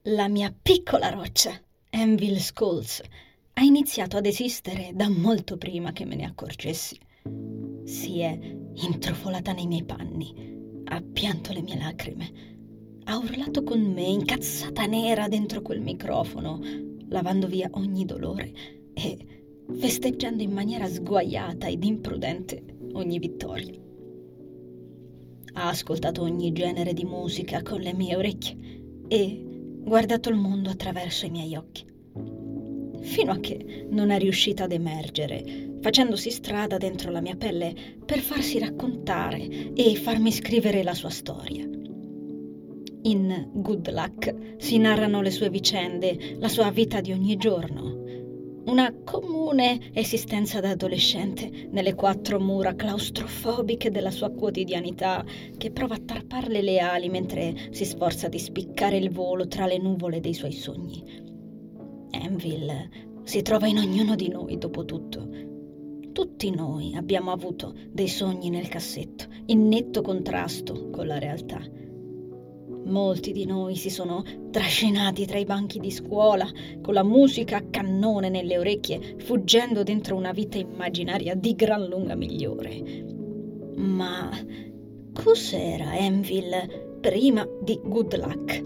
La mia piccola roccia, Anvil Skulls, ha iniziato ad esistere da molto prima che me ne accorgessi. Si è intrufolata nei miei panni, ha pianto le mie lacrime, ha urlato con me, incazzata nera dentro quel microfono, lavando via ogni dolore e festeggiando in maniera sguaiata ed imprudente ogni vittoria. Ha ascoltato ogni genere di musica con le mie orecchie e guardato il mondo attraverso i miei occhi, fino a che non è riuscita ad emergere, facendosi strada dentro la mia pelle per farsi raccontare e farmi scrivere la sua storia. In Good Luck si narrano le sue vicende, la sua vita di ogni giorno, una comune esistenza da adolescente nelle quattro mura claustrofobiche della sua quotidianità, che prova a tarparle le ali mentre si sforza di spiccare il volo tra le nuvole dei suoi sogni. Anvil si trova in ognuno di noi, dopo tutto. Tutti noi abbiamo avuto dei sogni nel cassetto, in netto contrasto con la realtà. Molti di noi si sono trascinati tra i banchi di scuola, con la musica a cannone nelle orecchie, fuggendo dentro una vita immaginaria di gran lunga migliore. Ma cos'era Anvil prima di Good Luck?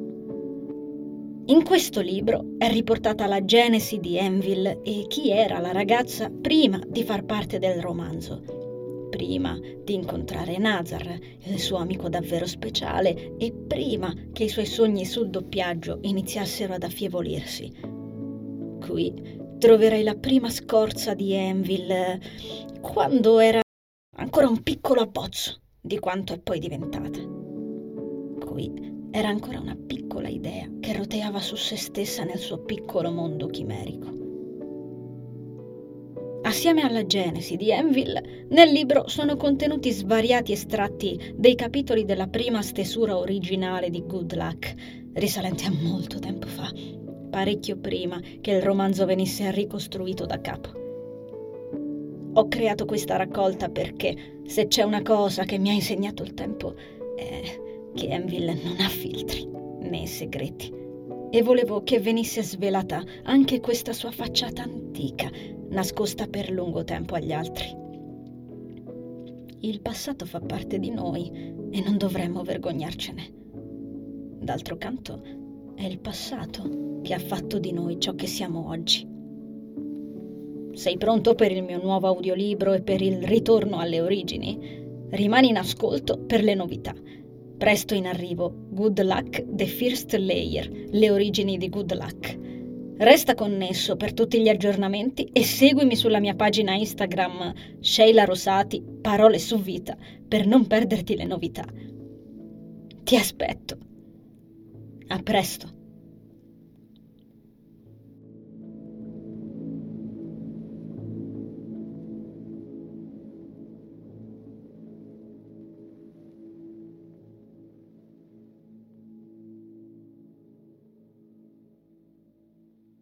In questo libro è riportata la genesi di Anvil e chi era la ragazza prima di far parte del romanzo, prima di incontrare Nazar, il suo amico davvero speciale, e prima che i suoi sogni sul doppiaggio iniziassero ad affievolirsi. Qui troverai la prima scorza di Anvil, quando era ancora un piccolo abbozzo di quanto è poi diventata. Qui era ancora una piccola idea che roteava su se stessa nel suo piccolo mondo chimerico. Assieme alla genesi di Anvil, nel libro sono contenuti svariati estratti dei capitoli della prima stesura originale di Good Luck, risalenti a molto tempo fa, parecchio prima che il romanzo venisse ricostruito da capo. Ho creato questa raccolta perché, se c'è una cosa che mi ha insegnato il tempo, è che Anvil non ha filtri né segreti, e volevo che venisse svelata anche questa sua facciata antica, nascosta per lungo tempo agli altri. Il passato fa parte di noi e non dovremmo vergognarcene. D'altro canto, è il passato che ha fatto di noi ciò che siamo oggi. Sei pronto per il mio nuovo audiolibro e per il ritorno alle origini? Rimani in ascolto per le novità. Presto in arrivo Good Luck The First Layer, le origini di Good Luck. Resta connesso per tutti gli aggiornamenti e seguimi sulla mia pagina Instagram Sheila Rosati, parole su vita, per non perderti le novità. Ti aspetto. A presto.